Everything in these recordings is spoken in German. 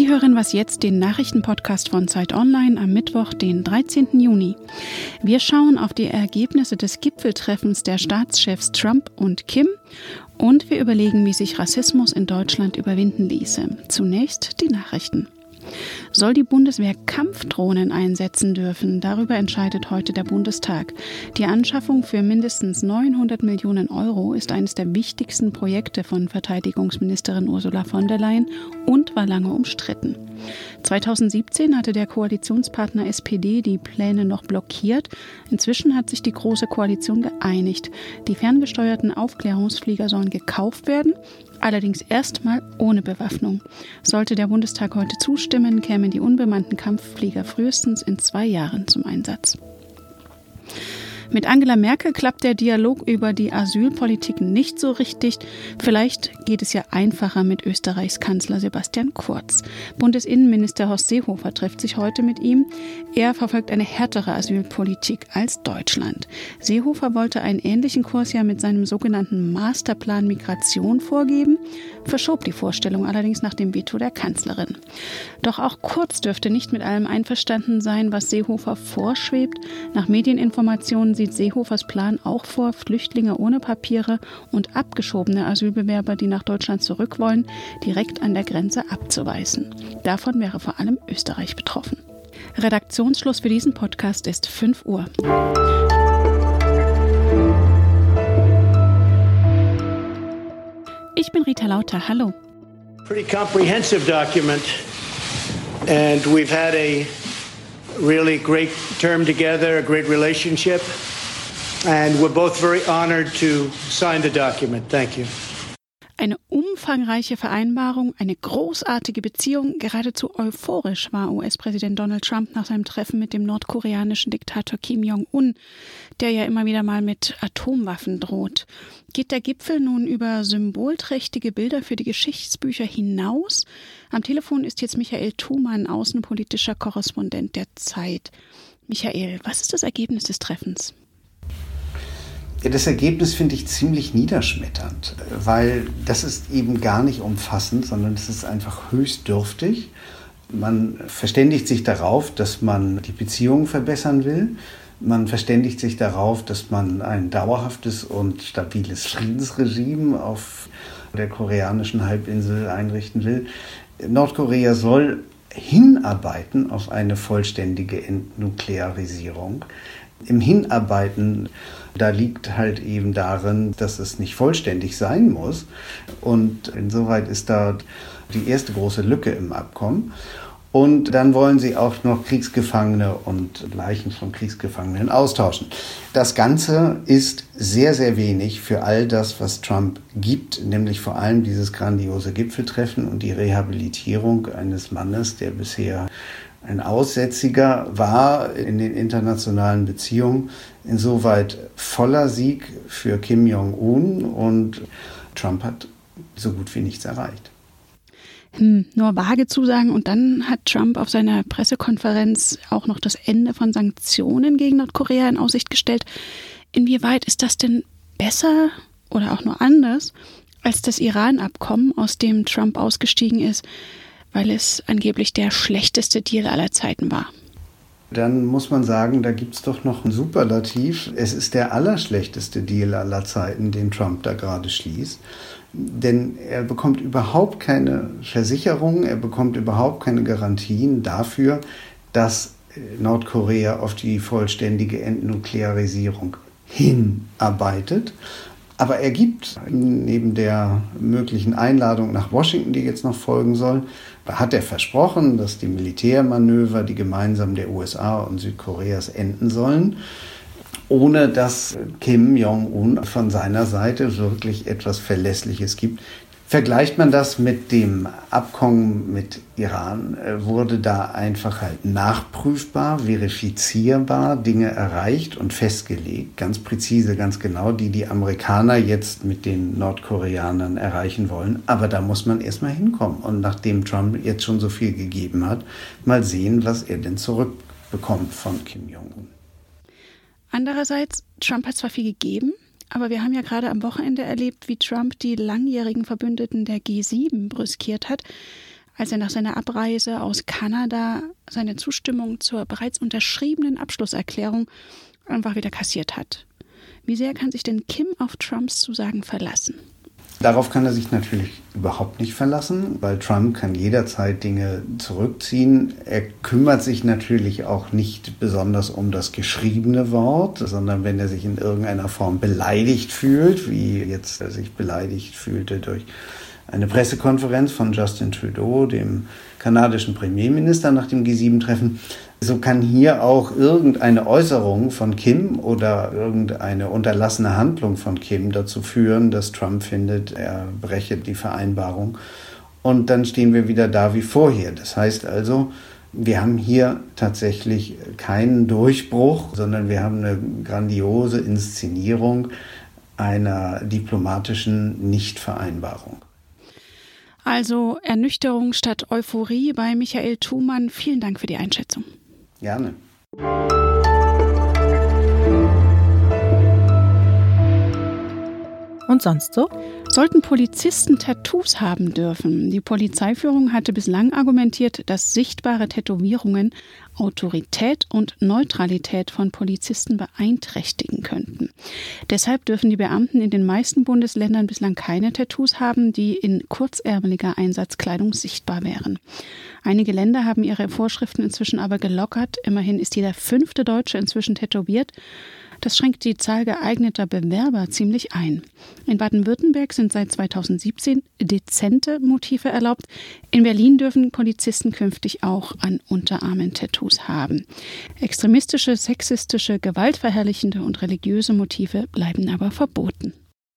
Sie hören Was jetzt, den Nachrichtenpodcast von Zeit Online am Mittwoch, den 13. Juni. Wir schauen auf die Ergebnisse des Gipfeltreffens der Staatschefs Trump und Kim und wir überlegen, wie sich Rassismus in Deutschland überwinden ließe. Zunächst die Nachrichten. Soll die Bundeswehr Kampfdrohnen einsetzen dürfen? Darüber entscheidet heute der Bundestag. Die Anschaffung für mindestens 900 Millionen Euro ist eines der wichtigsten Projekte von Verteidigungsministerin Ursula von der Leyen und war lange umstritten. 2017 hatte der Koalitionspartner SPD die Pläne noch blockiert. Inzwischen hat sich die Große Koalition geeinigt. Die ferngesteuerten Aufklärungsflieger sollen gekauft werden, allerdings erstmal ohne Bewaffnung. Sollte der Bundestag heute zustimmen, kämen die unbemannten Kampfflieger frühestens in 2 Jahren zum Einsatz. Mit Angela Merkel klappt der Dialog über die Asylpolitik nicht so richtig. Vielleicht geht es ja einfacher mit Österreichs Kanzler Sebastian Kurz. Bundesinnenminister Horst Seehofer trifft sich heute mit ihm. Er verfolgt eine härtere Asylpolitik als Deutschland. Seehofer wollte einen ähnlichen Kurs ja mit seinem sogenannten Masterplan Migration vorgeben, verschob die Vorstellung allerdings nach dem Veto der Kanzlerin. Doch auch Kurz dürfte nicht mit allem einverstanden sein, was Seehofer vorschwebt. Nach Medieninformationen sieht Seehofers Plan auch vor, Flüchtlinge ohne Papiere und abgeschobene Asylbewerber, die nach Deutschland zurück wollen, direkt an der Grenze abzuweisen. Davon wäre vor allem Österreich betroffen. Redaktionsschluss für diesen Podcast ist 5 Uhr. Ich bin Rita Lauter. Hallo. Pretty comprehensive document, and we've had a really great term together, a great relationship, and we're both very honored to sign the document. Thank you. Eine umfangreiche Vereinbarung, eine großartige Beziehung. Geradezu euphorisch war US-Präsident Donald Trump nach seinem Treffen mit dem nordkoreanischen Diktator Kim Jong-un, der ja immer wieder mal mit Atomwaffen droht. Geht der Gipfel nun über symbolträchtige Bilder für die Geschichtsbücher hinaus? Am Telefon ist jetzt Michael Thumann, außenpolitischer Korrespondent der Zeit. Michael, was ist das Ergebnis des Treffens? Ja, das Ergebnis finde ich ziemlich niederschmetternd, weil das ist eben gar nicht umfassend, sondern es ist einfach höchst dürftig. Man verständigt sich darauf, dass man die Beziehungen verbessern will. Man verständigt sich darauf, dass man ein dauerhaftes und stabiles Friedensregime auf der koreanischen Halbinsel einrichten will. Nordkorea soll hinarbeiten auf eine vollständige Entnuklearisierung. Im Hinarbeiten, da liegt halt eben darin, dass es nicht vollständig sein muss. Und insoweit ist da die erste große Lücke im Abkommen. Und dann wollen sie auch noch Kriegsgefangene und Leichen von Kriegsgefangenen austauschen. Das Ganze ist sehr, sehr wenig für all das, was Trump gibt, nämlich vor allem dieses grandiose Gipfeltreffen und die Rehabilitierung eines Mannes, der bisher ein Aussätziger war in den internationalen Beziehungen. Insoweit voller Sieg für Kim Jong-un und Trump hat so gut wie nichts erreicht. Nur vage Zusagen und dann hat Trump auf seiner Pressekonferenz auch noch das Ende von Sanktionen gegen Nordkorea in Aussicht gestellt. Inwieweit ist das denn besser oder auch nur anders als das Iran-Abkommen, aus dem Trump ausgestiegen ist, weil es angeblich der schlechteste Deal aller Zeiten war? Dann muss man sagen, da gibt es doch noch ein Superlativ. Es ist der allerschlechteste Deal aller Zeiten, den Trump da gerade schließt. Denn er bekommt überhaupt keine Versicherung, er bekommt überhaupt keine Garantien dafür, dass Nordkorea auf die vollständige Entnuklearisierung hinarbeitet. Aber er gibt neben der möglichen Einladung nach Washington, die jetzt noch folgen soll, hat er versprochen, dass die Militärmanöver, die gemeinsam der USA und Südkoreas enden sollen, ohne dass Kim Jong-un von seiner Seite wirklich etwas Verlässliches gibt. Vergleicht man das mit dem Abkommen mit Iran, wurde da einfach halt nachprüfbar, verifizierbar Dinge erreicht und festgelegt, ganz präzise, ganz genau, die Amerikaner jetzt mit den Nordkoreanern erreichen wollen. Aber da muss man erstmal hinkommen. Und nachdem Trump jetzt schon so viel gegeben hat, mal sehen, was er denn zurückbekommt von Kim Jong-un. Andererseits, Trump hat zwar viel gegeben, aber wir haben ja gerade am Wochenende erlebt, wie Trump die langjährigen Verbündeten der G7 brüskiert hat. als er nach seiner Abreise aus Kanada seine Zustimmung zur bereits unterschriebenen Abschlusserklärung einfach wieder kassiert hat. Wie sehr kann sich denn Kim auf Trumps Zusagen verlassen? Darauf kann er sich natürlich überhaupt nicht verlassen, weil Trump kann jederzeit Dinge zurückziehen. Er kümmert sich natürlich auch nicht besonders um das geschriebene Wort, sondern wenn er sich in irgendeiner Form beleidigt fühlt, wie jetzt er sich beleidigt fühlte durch eine Pressekonferenz von Justin Trudeau, dem kanadischen Premierminister, nach dem G7-Treffen. So kann hier auch irgendeine Äußerung von Kim oder irgendeine unterlassene Handlung von Kim dazu führen, dass Trump findet, er breche die Vereinbarung. Und dann stehen wir wieder da wie vorher. Das heißt also, wir haben hier tatsächlich keinen Durchbruch, sondern wir haben eine grandiose Inszenierung einer diplomatischen Nichtvereinbarung. Also Ernüchterung statt Euphorie bei Michael Thumann. Vielen Dank für die Einschätzung. Gerne. Und sonst so? Sollten Polizisten Tattoos haben dürfen? Die Polizeiführung hatte bislang argumentiert, dass sichtbare Tätowierungen Autorität und Neutralität von Polizisten beeinträchtigen könnten. Deshalb dürfen die Beamten in den meisten Bundesländern bislang keine Tattoos haben, die in kurzärmeliger Einsatzkleidung sichtbar wären. Einige Länder haben ihre Vorschriften inzwischen aber gelockert. Immerhin ist jeder 5. Deutsche inzwischen tätowiert. Das schränkt die Zahl geeigneter Bewerber ziemlich ein. In Baden-Württemberg sind seit 2017 dezente Motive erlaubt. In Berlin dürfen Polizisten künftig auch an Unterarmen Tattoos haben. Extremistische, sexistische, gewaltverherrlichende und religiöse Motive bleiben aber verboten.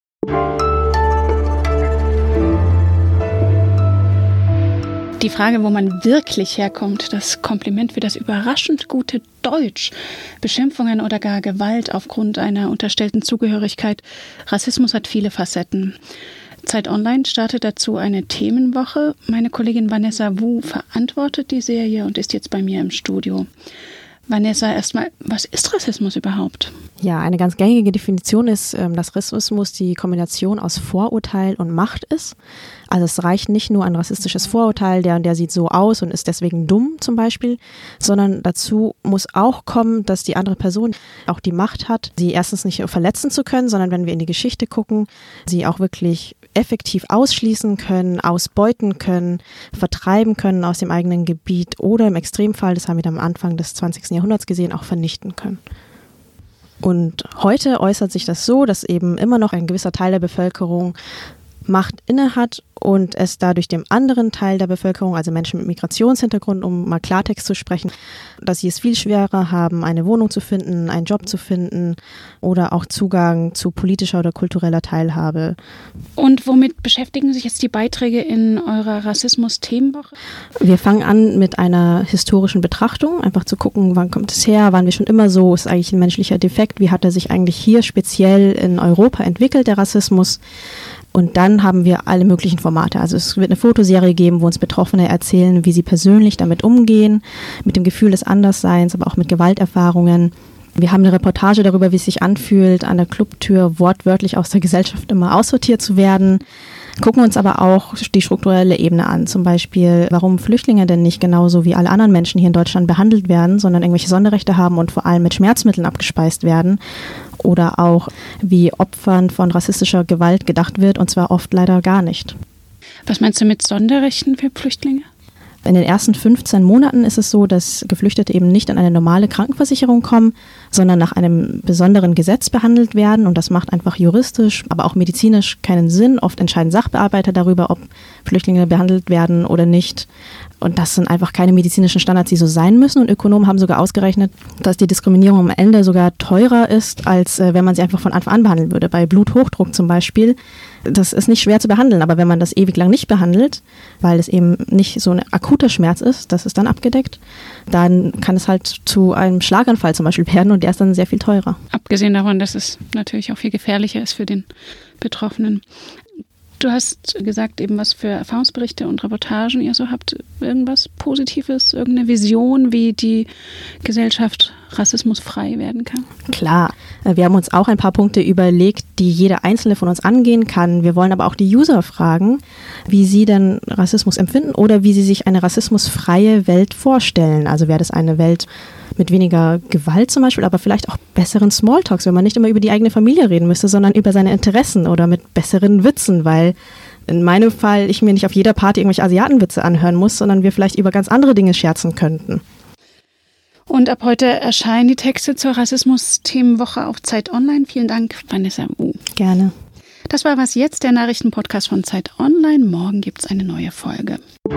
Die Frage, wo man wirklich herkommt, das Kompliment für das überraschend gute Deutsch, Beschimpfungen oder gar Gewalt aufgrund einer unterstellten Zugehörigkeit. Rassismus hat viele Facetten. Zeit Online startet dazu eine Themenwoche. Meine Kollegin Vanessa Wu verantwortet die Serie und ist jetzt bei mir im Studio. Vanessa, erstmal, was ist Rassismus überhaupt? Ja, eine ganz gängige Definition ist, dass Rassismus die Kombination aus Vorurteil und Macht ist. Also es reicht nicht nur ein rassistisches Vorurteil, der und der sieht so aus und ist deswegen dumm zum Beispiel, sondern dazu muss auch kommen, dass die andere Person auch die Macht hat, sie erstens nicht verletzen zu können, sondern wenn wir in die Geschichte gucken, sie auch wirklich effektiv ausschließen können, ausbeuten können, vertreiben können aus dem eigenen Gebiet oder im Extremfall, das haben wir am Anfang des 20. Jahrhunderts gesehen, auch vernichten können. Und heute äußert sich das so, dass eben immer noch ein gewisser Teil der Bevölkerung Macht innehat und es dadurch dem anderen Teil der Bevölkerung, also Menschen mit Migrationshintergrund, um mal Klartext zu sprechen, dass sie es viel schwerer haben, eine Wohnung zu finden, einen Job zu finden oder auch Zugang zu politischer oder kultureller Teilhabe. Und womit beschäftigen sich jetzt die Beiträge in eurer Rassismus-Themenwoche? Wir fangen an mit einer historischen Betrachtung, einfach zu gucken, wann kommt es her, waren wir schon immer so, ist eigentlich ein menschlicher Defekt, wie hat er sich eigentlich hier speziell in Europa entwickelt, der Rassismus? Und dann haben wir alle möglichen Formate. Also es wird eine Fotoserie geben, wo uns Betroffene erzählen, wie sie persönlich damit umgehen, mit dem Gefühl des Andersseins, aber auch mit Gewalterfahrungen. Wir haben eine Reportage darüber, wie es sich anfühlt, an der Clubtür wortwörtlich aus der Gesellschaft immer aussortiert zu werden. Gucken uns aber auch die strukturelle Ebene an. Zum Beispiel, warum Flüchtlinge denn nicht genauso wie alle anderen Menschen hier in Deutschland behandelt werden, sondern irgendwelche Sonderrechte haben und vor allem mit Schmerzmitteln abgespeist werden. Oder auch, wie Opfern von rassistischer Gewalt gedacht wird, und zwar oft leider gar nicht. Was meinst du mit Sonderrechten für Flüchtlinge? In den ersten 15 Monaten ist es so, dass Geflüchtete eben nicht an eine normale Krankenversicherung kommen, sondern nach einem besonderen Gesetz behandelt werden. Und das macht einfach juristisch, aber auch medizinisch keinen Sinn. Oft entscheiden Sachbearbeiter darüber, ob Flüchtlinge behandelt werden oder nicht. Und das sind einfach keine medizinischen Standards, die so sein müssen. Und Ökonomen haben sogar ausgerechnet, dass die Diskriminierung am Ende sogar teurer ist, als wenn man sie einfach von Anfang an behandeln würde. Bei Bluthochdruck zum Beispiel. Das ist nicht schwer zu behandeln, aber wenn man das ewig lang nicht behandelt, weil es eben nicht so ein akuter Schmerz ist, das ist dann abgedeckt, dann kann es halt zu einem Schlaganfall zum Beispiel werden und der ist dann sehr viel teurer. Abgesehen davon, dass es natürlich auch viel gefährlicher ist für den Betroffenen. Du hast gesagt, eben was für Erfahrungsberichte und Reportagen ihr so habt. Irgendwas Positives, irgendeine Vision, wie die Gesellschaft rassismusfrei werden kann? Klar, wir haben uns auch ein paar Punkte überlegt, die jeder Einzelne von uns angehen kann. Wir wollen aber auch die User fragen, wie sie denn Rassismus empfinden oder wie sie sich eine rassismusfreie Welt vorstellen. Also wäre das eine Welt mit weniger Gewalt zum Beispiel, aber vielleicht auch besseren Smalltalks, wenn man nicht immer über die eigene Familie reden müsste, sondern über seine Interessen oder mit besseren Witzen, weil in meinem Fall ich mir nicht auf jeder Party irgendwelche Asiatenwitze anhören muss, sondern wir vielleicht über ganz andere Dinge scherzen könnten. Und ab heute erscheinen die Texte zur Rassismus-Themenwoche auf Zeit Online. Vielen Dank, Vanessa Wu. Gerne. Das war Was jetzt, der Nachrichtenpodcast von Zeit Online. Morgen gibt es eine neue Folge.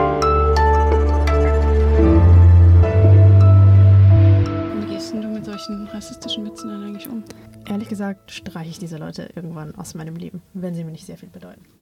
Wie gehst du mit solchen rassistischen Witzen dann eigentlich um? Ehrlich gesagt streiche ich diese Leute irgendwann aus meinem Leben, wenn sie mir nicht sehr viel bedeuten.